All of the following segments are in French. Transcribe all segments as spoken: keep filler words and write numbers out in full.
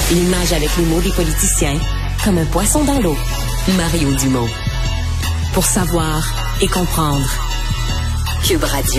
Il nage avec les mots des politiciens comme un poisson dans l'eau. Mario Dumont. Pour savoir et comprendre. Cube Radio.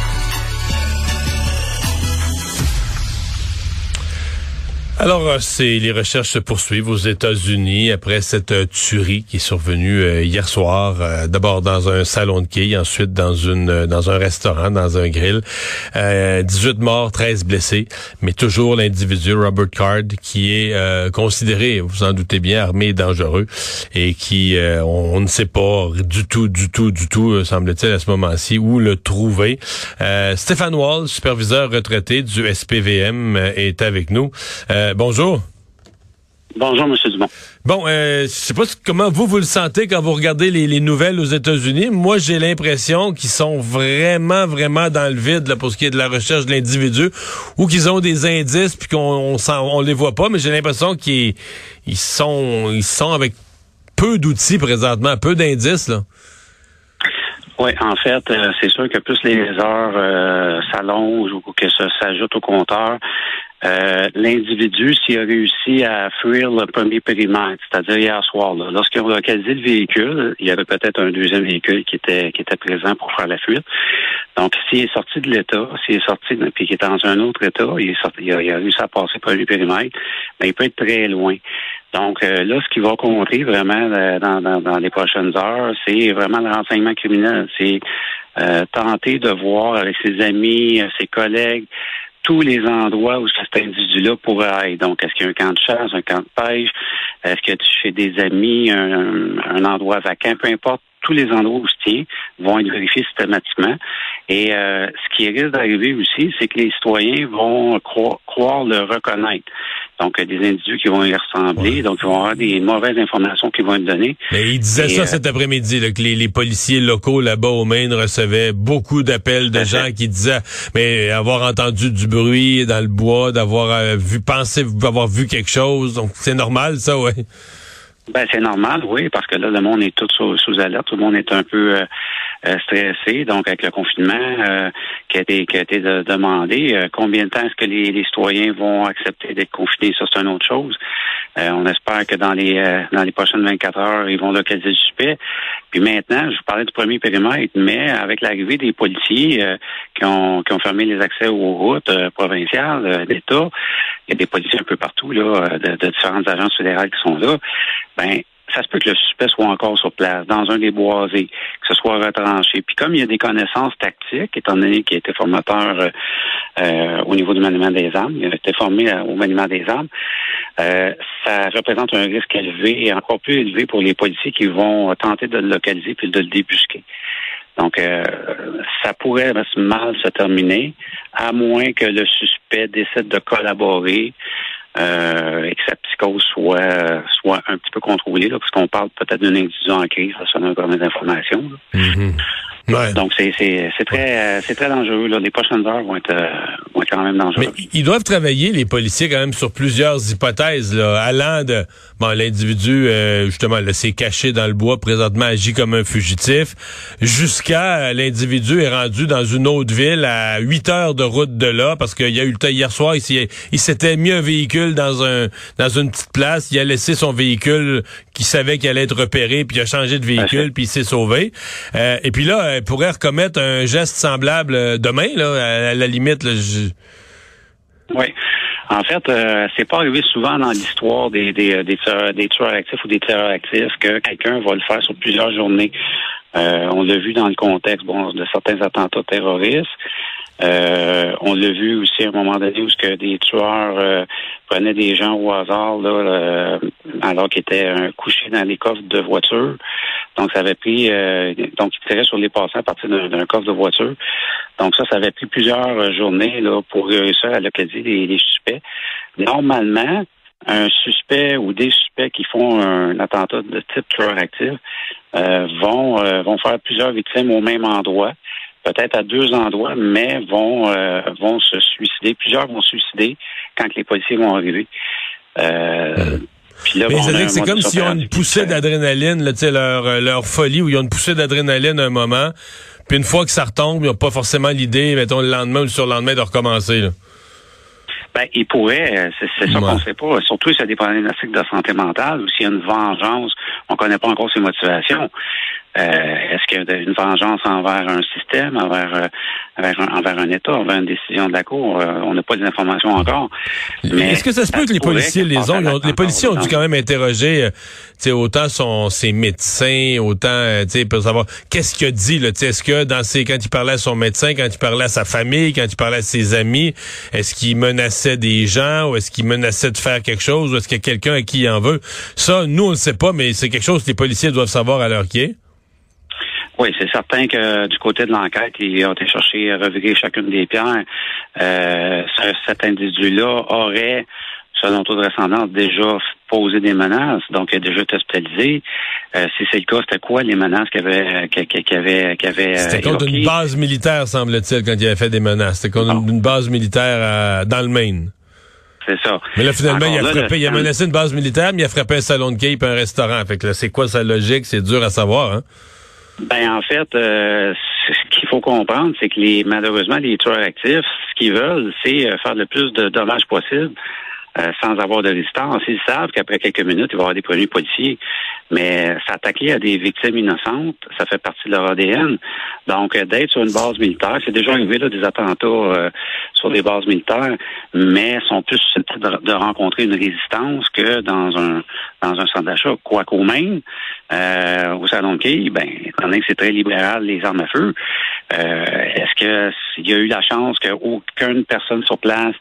Alors, c'est les recherches se poursuivent aux États-Unis après cette euh, tuerie qui est survenue euh, hier soir. Euh, d'abord dans un salon de quilles, ensuite dans une euh, dans un restaurant, dans un grill. Euh, dix-huit morts, treize blessés, mais toujours l'individu Robert Card qui est euh, considéré, vous en doutez bien, armé et dangereux et qui euh, on, on ne sait pas du tout, du tout, du tout, euh, semble-t-il à ce moment-ci où le trouver. Euh, Stéphane Wall, superviseur retraité du S P V M, euh, est avec nous. Euh, Bonjour. Bonjour, M. Dumont. Bon, euh, je sais pas comment vous, vous le sentez quand vous regardez les, les nouvelles aux États-Unis. Moi, j'ai l'impression qu'ils sont vraiment, vraiment dans le vide là, pour ce qui est de la recherche de l'individu ou qu'ils ont des indices puis qu'on on, on les voit pas, mais j'ai l'impression qu'ils ils sont, ils sont avec peu d'outils présentement, peu d'indices, là. Oui, en fait, euh, c'est sûr que plus les heures euh, s'allongent ou que ça s'ajoute au compteur, Euh, l'individu, s'il a réussi à fuir le premier périmètre, c'est-à-dire hier soir, là, lorsqu'ils ont localisé le véhicule, il y avait peut-être un deuxième véhicule qui était qui était présent pour faire la fuite. Donc, s'il est sorti de l'État, s'il est sorti de, puis qu'il est dans un autre État, il est sorti, il a, il a réussi à passer par le périmètre, ben, il peut être très loin. Donc euh, là, ce qui va compter vraiment euh, dans, dans, dans les prochaines heures, c'est vraiment le renseignement criminel. C'est euh, tenter de voir avec ses amis, ses collègues, tous les endroits où cet individu-là pourrait être. Donc, est-ce qu'il y a un camp de chasse, un camp de pêche? Est-ce que chez des amis, un, un endroit vacant? Peu importe, tous les endroits où il se tient vont être vérifiés systématiquement. Et euh, ce qui risque d'arriver aussi, c'est que les citoyens vont croire, croire le reconnaître. Donc, des individus qui vont y ressembler, ouais. Donc ils vont avoir des mauvaises informations qui vont être données. Mais il disait Et, ça euh, cet après-midi, là, que les, les policiers locaux là-bas au Maine recevaient beaucoup d'appels de gens qui disaient, mais avoir entendu du bruit dans le bois, d'avoir euh, vu, pensé avoir vu quelque chose. Donc, c'est normal, ça, ouais. Ben, c'est normal, oui, parce que là, le monde est tout sous, sous alerte, tout le monde est un peu euh, euh, stressé. Donc, avec le confinement euh, qui a été, qui a été de, demandé, euh, combien de temps est-ce que les, les citoyens vont accepter d'être confinés? Ça, c'est une autre chose. Euh, on espère que dans les euh, dans les prochaines vingt-quatre heures, ils vont localiser le suspect. Puis maintenant, je vous parlais du premier périmètre, mais avec l'arrivée des policiers euh, qui ont qui ont fermé les accès aux routes euh, provinciales euh, d'État, il y a des policiers un peu partout là, de, de différentes agences fédérales qui sont là. Ben, ça se peut que le suspect soit encore sur place, dans un des boisés, que ce soit retranché. Puis comme il y a des connaissances tactiques, étant donné qu'il a été formateur euh, euh, au niveau du maniement des armes, il a été formé euh, au maniement des armes, euh, ça représente un risque élevé et encore plus élevé pour les policiers qui vont tenter de le localiser puis de le débusquer. Donc, euh, ça pourrait mal se terminer, à moins que le suspect décide de collaborer euh, et que sa psychose soit soit un petit peu contrôlée, là, parce qu'on parle peut-être d'un individu en crise, ça sonne un peu d'informations. Mm-hmm. Ouais. Donc, c'est, c'est, c'est très euh, c'est très dangereux. Là. Les prochaines heures vont être, euh, vont être quand même dangereuses. Mais ils doivent travailler, les policiers, quand même, sur plusieurs hypothèses, là, allant de, bon, l'individu, euh, justement, là, s'est caché dans le bois, présentement agit comme un fugitif, jusqu'à euh, l'individu est rendu dans une autre ville à huit heures de route de là, parce qu'il y a eu le temps hier soir, il, il s'était mis un véhicule dans un dans une petite place, il a laissé son véhicule qu'il savait qu'il allait être repéré, puis il a changé de véhicule, puis il s'est sauvé. Euh, et puis là, il pourrait recommettre un geste semblable demain, là, à la limite. Là, je... Oui. En fait, euh, c'est pas arrivé souvent dans l'histoire des des, des, tueurs, des tueurs actifs ou des terreurs actifs que quelqu'un va le faire sur plusieurs journées. Euh, on l'a vu dans le contexte bon, de certains attentats terroristes. Euh, on l'a vu aussi à un moment donné où ce que des tueurs euh, prenaient des gens au hasard là, euh, alors qu'ils étaient euh, couchés dans les coffres de voiture. Donc, ça avait pris, euh, donc ils tiraient sur les passants à partir d'un, d'un coffre de voiture. Donc, ça, ça avait pris plusieurs journées là pour réussir à localiser les, les suspects. Normalement, un suspect ou des suspects qui font un attentat de type tueur actif euh, vont euh, vont faire plusieurs victimes au même endroit. Peut-être à deux endroits, mais vont euh, vont se suicider. Plusieurs vont se suicider quand les policiers vont arriver. Euh, mmh. Puis là, mais bon, c'est, c'est comme s'ils ont une poussée d'adrénaline, là, leur, leur folie, où ils ont une poussée d'adrénaline à un moment, puis une fois que ça retombe, ils n'ont pas forcément l'idée, mettons, le lendemain ou le surlendemain, de recommencer. Là. Ben, il pourrait, c'est, c'est ça ouais. qu'on ne sait pas. Surtout s'il y a des problématiques de santé mentale ou s'il y a une vengeance, on ne connaît pas encore ses motivations. Euh, est-ce qu'il y a une vengeance envers un système, envers, euh, envers, un, envers un État, envers une décision de la Cour? Euh, on n'a pas les informations encore. Mais est-ce que ça se peut que les policiers les ont, ont les policiers ont dû quand même interroger euh, t'sais, autant son, ses médecins, autant euh, pour savoir qu'est-ce qu'il a dit, là, est-ce que dans ses, quand il parlait à son médecin, quand il parlait à sa famille, quand il parlait à ses amis, est-ce qu'il menaçait des gens ou est-ce qu'il menaçait de faire quelque chose ou est-ce qu'il y a quelqu'un à qui il en veut? Ça, nous, on ne sait pas, mais c'est quelque chose que les policiers doivent savoir à l'heure qui est. Oui, c'est certain que du côté de l'enquête, ils ont été chercher à revirer chacune des pierres. Euh, cet individu-là aurait, selon toute vraisemblance, déjà posé des menaces, donc il a déjà été hospitalisé. Euh, si c'est le cas, c'était quoi les menaces qu'il avait, qu'il qu avait, qu'il avait C'était contre une base militaire, semble-t-il, quand il avait fait des menaces. C'était contre une, une base militaire à, dans le Maine. C'est ça. Mais là, finalement, Encore il a là, frappé, le... il a menacé une base militaire, mais il a frappé un salon de quai et un restaurant. Fait que là, c'est quoi sa logique? C'est dur à savoir, hein? Ben en fait, euh, ce qu'il faut comprendre, c'est que les malheureusement les tueurs actifs, ce qu'ils veulent, c'est faire le plus de dommages possible euh, sans avoir de résistance. Ils savent qu'après quelques minutes, il va y avoir des premiers policiers. Mais s'attaquer à des victimes innocentes, ça fait partie de leur A D N. Donc, d'être sur une base militaire, c'est déjà arrivé là, des attentats euh, sur des bases militaires, mais sont plus susceptibles de, de rencontrer une résistance que dans un dans un centre d'achat. Quoiqu'au Maine, euh, au salon de quai, ben, étant donné que c'est très libéral, les armes à feu, euh, est-ce que s'il y a eu la chance qu'aucune personne sur place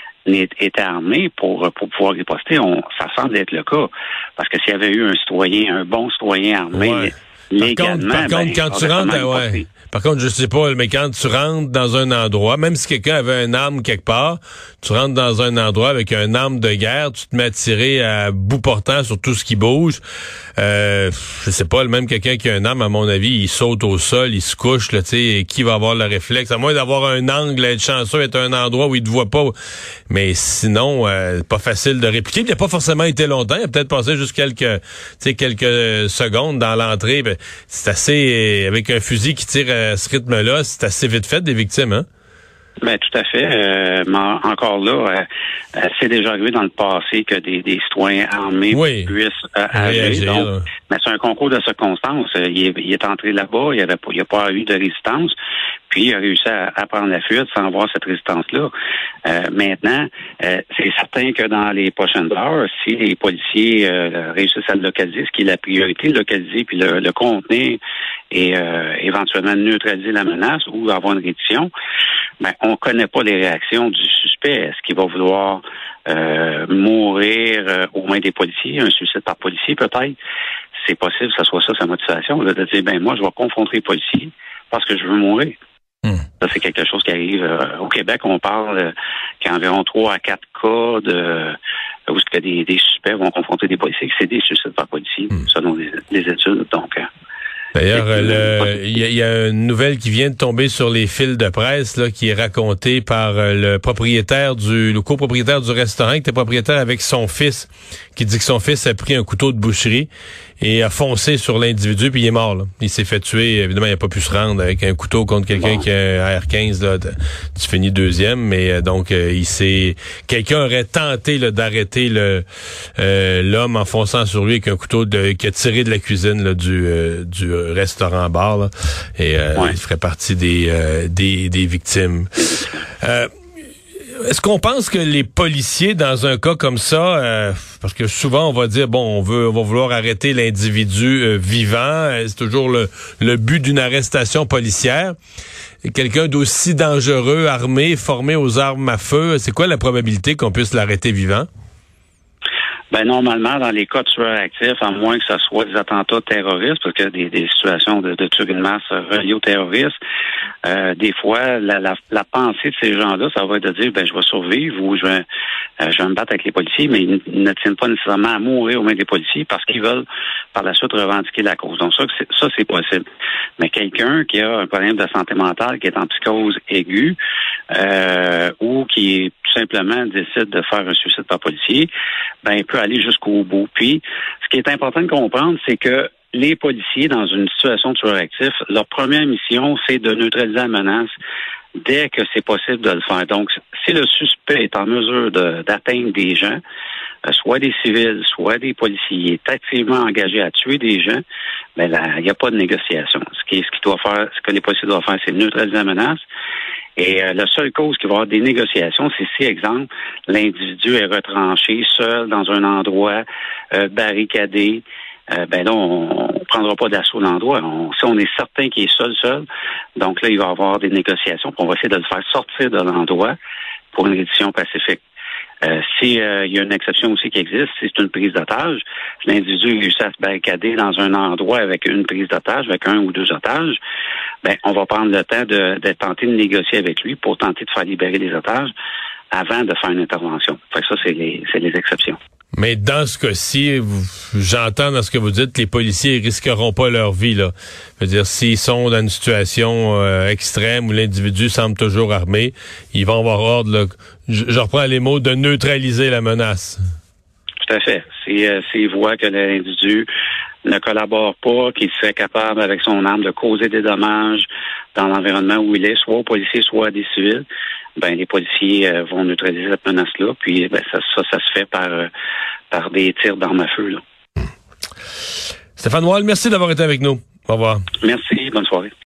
était armé pour pour pouvoir riposter, on, ça semble être le cas. Parce que s'il y avait eu un citoyen, un bon citoyen armé, ouais. légalement... Par contre, par ben, contre quand tu rentres... Ouais. Par contre, je sais pas, mais quand tu rentres dans un endroit, même si quelqu'un avait une arme quelque part, tu rentres dans un endroit avec une arme de guerre, tu te mets à tirer à bout portant sur tout ce qui bouge. Euh, je sais pas, même quelqu'un qui a une arme, à mon avis, il saute au sol, il se couche, là, tu sais, qui va avoir le réflexe? À moins d'avoir un angle, être chanceux, être un endroit où il te voit pas. Mais sinon, euh, pas facile de répliquer. Il n'a pas forcément été longtemps. Il a peut-être passé juste quelques, tu sais, quelques secondes dans l'entrée. Ben, c'est assez, avec un fusil qui tire à ce rythme-là, c'est assez vite fait des victimes, hein? Ben tout à fait. Euh, mais encore là, euh, c'est déjà arrivé dans le passé que des, des citoyens armés oui. puissent euh, agir. Donc, mais c'est un concours de circonstances. Il est, il est entré là-bas, il n'y avait pas, il y a pas eu de résistance, puis il a réussi à, à prendre la fuite sans avoir cette résistance-là. Euh, maintenant, euh, c'est certain que dans les prochaines heures, si les policiers euh, réussissent à le localiser, ce qui est la priorité, le localiser puis le, le contenir et euh, éventuellement neutraliser la menace ou avoir une rédition, ben on connaît pas les réactions du suspect. Est-ce qu'il va vouloir euh, mourir euh, aux mains des policiers, un suicide par policier peut-être? C'est possible que ce soit ça sa motivation, là, de dire ben moi je vais confronter les policiers parce que je veux mourir. Mmh. Ça, c'est quelque chose qui arrive. Euh, au Québec, on parle euh, qu'il y a environ trois à quatre cas de où ce que des, des suspects vont confronter des policiers, que c'est des suicides par policier, mmh. selon les, les études. Donc, euh, D'ailleurs, il y, y a une nouvelle qui vient de tomber sur les fils de presse là, qui est racontée par le propriétaire du, le copropriétaire du restaurant, qui était propriétaire avec son fils, qui dit que son fils a pris un couteau de boucherie et a foncé sur l'individu, puis il est mort. Là. Il s'est fait tuer. Évidemment, il n'a pas pu se rendre avec un couteau contre quelqu'un bon. qui a un R quinze. Là, tu finis deuxième, mais donc euh, il s'est. Quelqu'un aurait tenté là, d'arrêter le euh, l'homme en fonçant sur lui avec un couteau de, qui a tiré de la cuisine là, du euh, du restaurant-bar. Là, et euh, ouais. il ferait partie des euh, des, des victimes. Euh, Est-ce qu'on pense que les policiers, dans un cas comme ça, euh, parce que souvent on va dire, bon, on veut, on va vouloir arrêter l'individu euh, vivant, euh, c'est toujours le, le but d'une arrestation policière. Et quelqu'un d'aussi dangereux, armé, formé aux armes à feu, c'est quoi la probabilité qu'on puisse l'arrêter vivant? Ben normalement, dans les cas de tueurs actifs, à moins que ce soit des attentats terroristes, parce qu'il y a des, des situations de, de tuerie de masse reliées au terrorisme, euh, des fois, la, la, la pensée de ces gens-là, ça va être de dire, ben je vais survivre ou je vais, euh, je vais me battre avec les policiers, mais ils ne tiennent pas nécessairement à mourir aux mains des policiers parce qu'ils veulent par la suite revendiquer la cause. Donc ça, c'est, ça c'est possible. Mais quelqu'un qui a un problème de santé mentale, qui est en psychose aiguë, euh, ou qui tout simplement décide de faire un suicide par policier, ben il peut aller jusqu'au bout. Puis, ce qui est important de comprendre, c'est que les policiers, dans une situation de tueur actif, leur première mission, c'est de neutraliser la menace dès que c'est possible de le faire. Donc, si le suspect est en mesure de, d'atteindre des gens, euh, soit des civils, soit des policiers, il est activement engagé à tuer des gens, ben là, il n'y a pas de négociation. Ce qui, ce qui doit faire, ce que les policiers doivent faire, c'est neutraliser la menace. Et euh, la seule cause qui va y avoir des négociations, c'est si, exemple, l'individu est retranché seul dans un endroit euh, barricadé. Euh, ben là, on ne prendra pas d'assaut l'endroit. On, si on est certain qu'il est seul, seul, donc là, il va y avoir des négociations, puis on va essayer de le faire sortir de l'endroit pour une reddition pacifique. Euh, si euh, il y a une exception aussi qui existe, si c'est une prise d'otage, si l'individu réussit à se barricader dans un endroit avec une prise d'otage, avec un ou deux otages, ben on va prendre le temps de, de tenter de négocier avec lui pour tenter de faire libérer les otages avant de faire une intervention. Fait que ça, c'est les, c'est les exceptions. Mais dans ce cas-ci, vous, j'entends dans ce que vous dites que les policiers risqueront pas leur vie, là. Je veux dire, s'ils sont dans une situation euh, extrême où l'individu semble toujours armé, ils vont avoir ordre, là, je, je reprends les mots, de neutraliser la menace. Tout à fait. Si, euh, s'ils voient que l'individu ne collabore pas, qu'il serait capable avec son arme de causer des dommages dans l'environnement où il est, soit aux policiers, soit à des civils, ben les policiers euh, vont neutraliser cette menace-là. Puis ben, ça, ça, ça se fait par euh, par des tirs d'armes à feu, là. Stéphane Wall, merci d'avoir été avec nous. Au revoir. Merci, bonne soirée.